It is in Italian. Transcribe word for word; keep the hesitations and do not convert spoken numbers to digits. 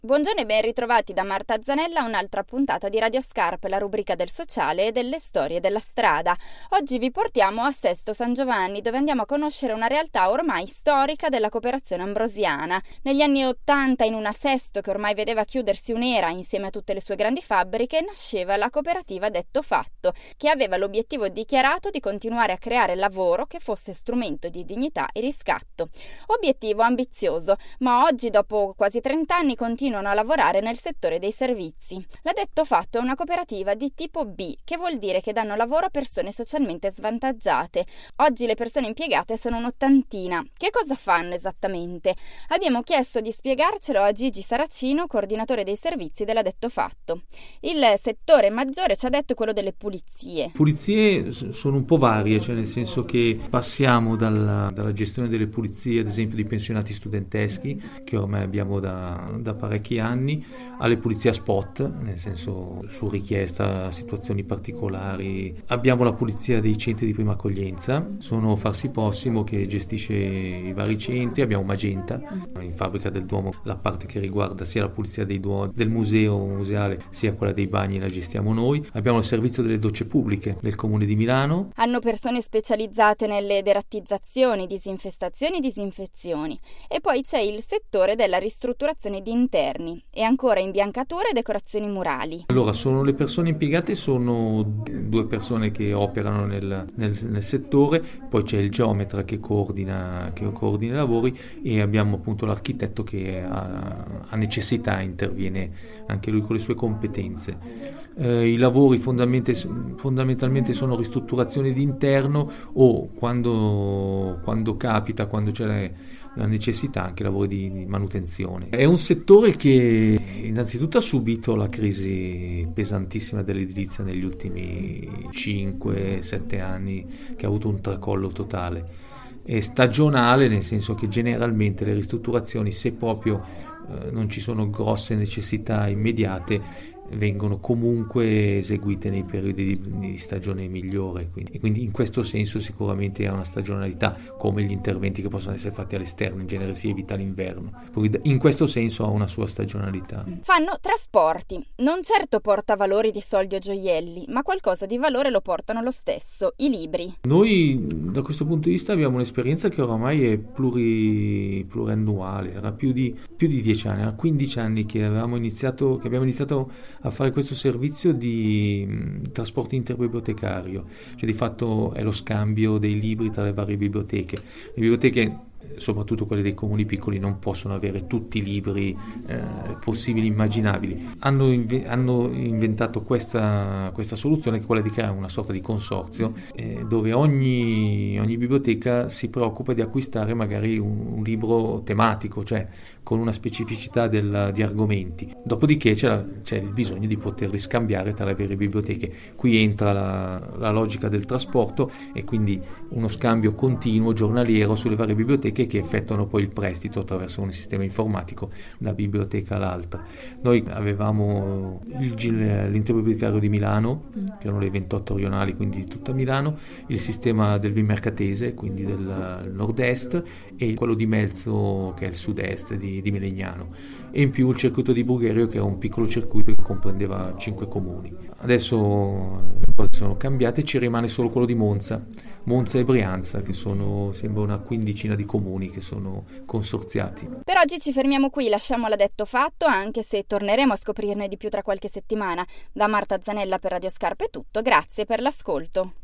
Buongiorno e ben ritrovati da Marta Zanella a un'altra puntata di Radio Scarpe, la rubrica del sociale e delle storie della strada. Oggi vi portiamo a Sesto San Giovanni, dove andiamo a conoscere una realtà ormai storica della cooperazione ambrosiana. Negli anni Ottanta, in una Sesto che ormai vedeva chiudersi un'era insieme a tutte le sue grandi fabbriche, nasceva la cooperativa Detto Fatto, che aveva l'obiettivo dichiarato di continuare a creare lavoro che fosse strumento di dignità e riscatto. Obiettivo ambizioso, ma oggi, dopo quasi trenta anni, continua a lavorare nel settore dei servizi. La Detto Fatto è una cooperativa di tipo B, che vuol dire che danno lavoro a persone socialmente svantaggiate. Oggi le persone impiegate sono un'ottantina. Che cosa fanno esattamente? Abbiamo chiesto di spiegarcelo a Gigi Saracino, coordinatore dei servizi della Detto Fatto. Il settore maggiore, ci ha detto, è quello delle pulizie. Pulizie sono un po' varie, cioè nel senso che passiamo dalla, dalla gestione delle pulizie, ad esempio di pensionati studenteschi, che ormai abbiamo da, da parecchi anni, alle pulizie a spot, nel senso su richiesta, situazioni particolari. Abbiamo la pulizia dei centri di prima accoglienza, sono Farsi Possimo che gestisce i vari centri, abbiamo Magenta in Fabbrica del Duomo, la parte che riguarda sia la pulizia dei duo- del museo museale sia quella dei bagni la gestiamo noi. Abbiamo il servizio delle docce pubbliche del Comune di Milano. Hanno persone specializzate nelle derattizzazioni, disinfestazioni e disinfezioni. E poi c'è il settore della ristrutturazione di interni e ancora imbiancature e decorazioni murali. Allora, sono le persone impiegate, sono due persone che operano nel, nel, nel settore, poi c'è il geometra che coordina, che coordina i lavori e abbiamo appunto l'architetto che ha, ha necessità, interviene anche lui con le sue competenze. Eh, I lavori fondamentalmente sono ristrutturazione di interno o quando, quando capita, quando c'è la necessità, anche lavori di, di manutenzione. È un settore che innanzitutto ha subito la crisi pesantissima dell'edilizia negli ultimi cinque sette anni, che ha avuto un tracollo totale. È stagionale, nel senso che generalmente le ristrutturazioni, se proprio eh, non ci sono grosse necessità immediate, vengono comunque eseguite nei periodi di, di stagione migliore, quindi, e quindi in questo senso sicuramente ha una stagionalità, come gli interventi che possono essere fatti all'esterno, in genere si evita l'inverno, in questo senso ha una sua stagionalità. Fanno trasporti, non certo portavalori di soldi o gioielli, ma qualcosa di valore lo portano lo stesso, i libri. Noi da questo punto di vista abbiamo un'esperienza che oramai è pluri, pluriannuale, era più di, più di dieci anni, era quindici anni che avevamo iniziato, che abbiamo iniziato a fare questo servizio di mh, trasporto interbibliotecario, cioè di fatto è lo scambio dei libri tra le varie biblioteche. Le biblioteche, soprattutto quelle dei comuni piccoli, non possono avere tutti i libri eh, possibili, immaginabili. Hanno, inve- hanno inventato questa, questa soluzione, che è quella di creare una sorta di consorzio eh, dove ogni, ogni biblioteca si preoccupa di acquistare magari un, un libro tematico, cioè con una specificità del, di argomenti. Dopodiché c'è, la, c'è il bisogno di poterli scambiare tra le varie biblioteche. Qui entra la, la logica del trasporto e quindi uno scambio continuo, giornaliero, sulle varie biblioteche che effettuano poi il prestito attraverso un sistema informatico da biblioteca all'altra. Noi avevamo il, l'interbibliotecario di Milano, che erano le ventotto rionali, quindi di tutta Milano, il sistema del Vimercatese, quindi del nord-est, e quello di Melzo, che è il sud-est di, di Melegnano, e in più il circuito di Brugherio, che è un piccolo circuito che comprendeva cinque comuni. Adesso le cose sono cambiate, ci rimane solo quello di Monza, Monza e Brianza, che sono, sembra una quindicina di comuni che sono consorziati. Per oggi ci fermiamo qui, lasciamo la Detto Fatto, anche se torneremo a scoprirne di più tra qualche settimana. Da Marta Zanella per Radio Scarpe è tutto, grazie per l'ascolto.